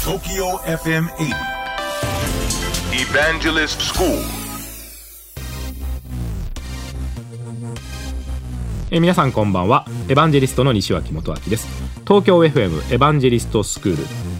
TOKYO FM 80 Evangelist School。 皆さんこんばんは。エヴァンジェリストの西脇元明です。東京 FM エヴァンジェリストスクール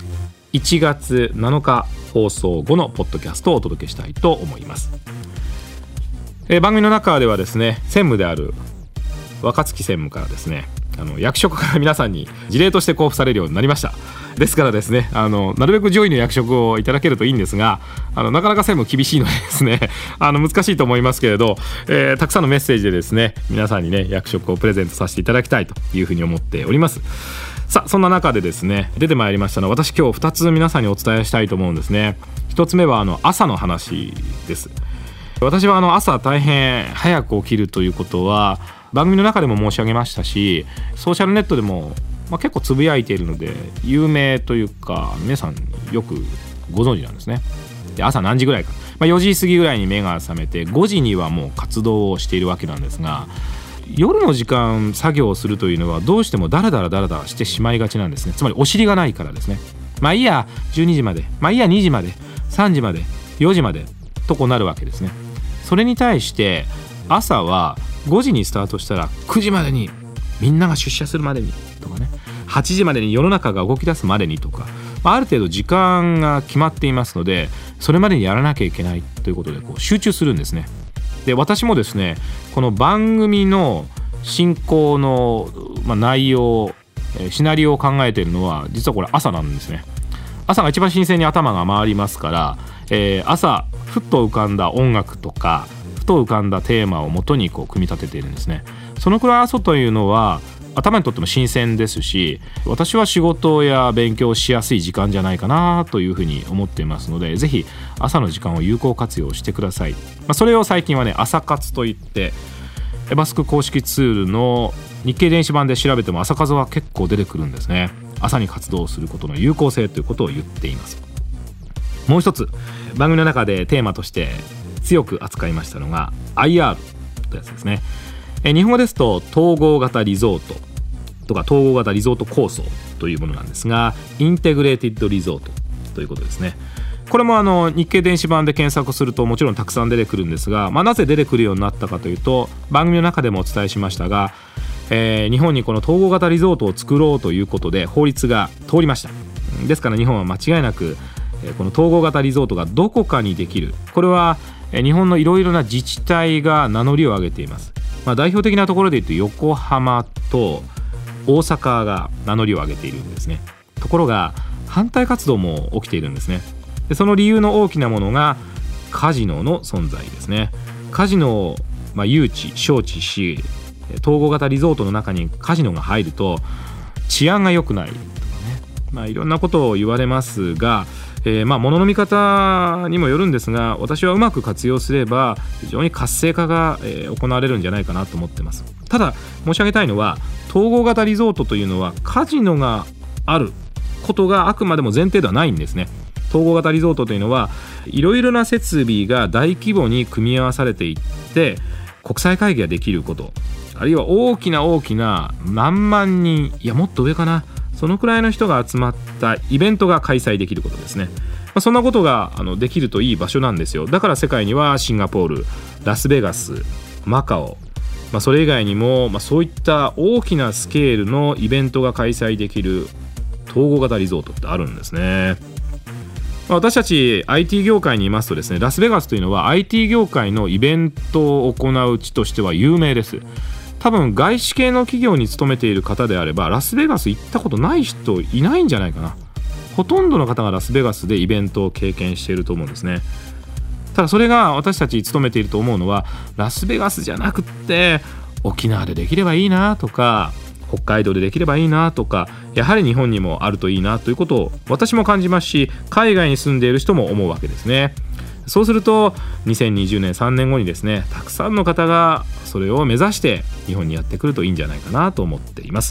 1月7日放送後のポッドキャストをお届けしたいと思います。番組の中ではですね、専務である若槻専務からですね、役職から皆さんに事例として交付されるようになりました。ですからですね、なるべく上位の役職をいただけるといいんですが、なかなか専務厳しいのでですね難しいと思いますけれど、たくさんのメッセージでですね、皆さんにね役職をプレゼントさせていただきたいというふうに思っております。さあ、そんな中でですね、出てまいりましたのは、私今日2つ皆さんにお伝えしたいと思うんですね。1つ目は朝の話です。私は朝大変早く起きるということは番組の中でも申し上げましたし、ソーシャルネットでも結構つぶやいているので有名というか、皆さんよくご存知なんですね。で、朝何時ぐらいか、4時過ぎぐらいに目が覚めて5時にはもう活動をしているわけなんですが、夜の時間作業をするというのはどうしてもダラダラしてしまいがちなんですね。つまりお尻がないからですね。いいや12時まで、いいや2時まで、3時まで、4時までとこうなるわけですね。それに対して朝は5時にスタートしたら9時までにみんなが出社するまでにとかね、8時までに世の中が動き出すまでにとか、ある程度時間が決まっていますので、それまでにやらなきゃいけないということで集中するんですね。で、私もですね、この番組の進行の、内容、シナリオを考えているのは実はこれ朝なんですね。朝が一番新鮮に頭が回りますから、朝ふっと浮かんだ音楽とかふと浮かんだテーマを元に組み立てているんですね。そのくらい朝というのは頭にとっても新鮮ですし、私は仕事や勉強しやすい時間じゃないかなというふうに思っていますので、ぜひ朝の時間を有効活用してください。それを最近はね、朝活といってエバスク公式ツールの日経電子版で調べても朝活は結構出てくるんですね。朝に活動することの有効性ということを言っています。もう一つ番組の中でテーマとして強く扱いましたのが IR というやつですね。日本語ですと統合型リゾートとか統合型リゾート構想というものなんですが、インテグレーティッドリゾートということですね。これも日経電子版で検索するともちろんたくさん出てくるんですが、なぜ出てくるようになったかというと、番組の中でもお伝えしましたが、日本にこの統合型リゾートを作ろうということで法律が通りました。ですから日本は間違いなくこの統合型リゾートがどこかにできる、これは日本のいろいろな自治体が名乗りを上げています。代表的なところで言うと横浜と大阪が名乗りを上げているんですね。ところが反対活動も起きているんですね。で、その理由の大きなものがカジノの存在ですね。カジノを誘致招致し、統合型リゾートの中にカジノが入ると治安が良くないとかね、いろんなことを言われますが、物の見方にもよるんですが、私はうまく活用すれば非常に活性化が、行われるんじゃないかなと思っています。ただ申し上げたいのは、統合型リゾートというのはカジノがあることがあくまでも前提ではないんですね。統合型リゾートというのはいろいろな設備が大規模に組み合わされていって国際会議ができること、あるいは大きな何万人、いやもっと上かな、そのくらいの人が集まったイベントが開催できることですね。そんなことができるといい場所なんですよ。だから世界にはシンガポール、ラスベガス、マカオ、それ以外にも、そういった大きなスケールのイベントが開催できる統合型リゾートってあるんですね。私たち IT 業界にいますとですね、ラスベガスというのは IT 業界のイベントを行う地としては有名です。多分外資系の企業に勤めている方であればラスベガス行ったことない人いないんじゃないかな。ほとんどの方がラスベガスでイベントを経験していると思うんですね。ただそれが私たち勤めていると思うのは、ラスベガスじゃなくって沖縄でできればいいなとか、北海道でできればいいなとか、やはり日本にもあるといいなということを私も感じますし、海外に住んでいる人も思うわけですね。そうすると2020年3年後にですね、たくさんの方がそれを目指して日本にやってくるといいんじゃないかなと思っています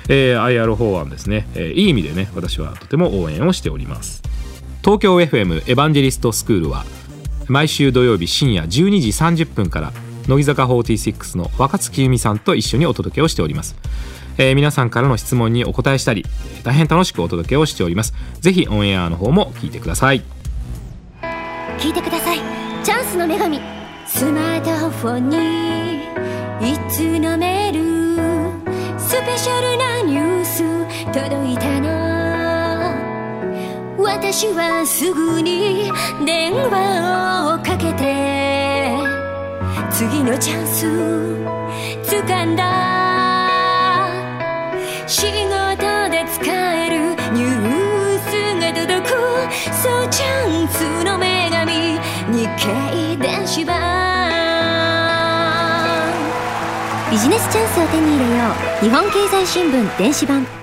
。IR 法案ですね、いい意味でね、私はとても応援をしております。東京 FM エヴァンジェリストスクールは毎週土曜日深夜12時30分から乃木坂46の若月由美さんと一緒にお届けをしております。 皆さんからの質問にお答えしたり大変楽しくお届けをしております。ぜひオンエアの方も聞いてください。 聞いてください。チャンスの女神。スマートフォンにいつのメール、スペシャルなニュース届いたの。私はすぐに電話をかけて次のチャンス掴んだ。仕事で使えるニュースが届く、そうチャンスの女神、日経電子版。ビジネスチャンスを手に入れよう。日本経済新聞電子版。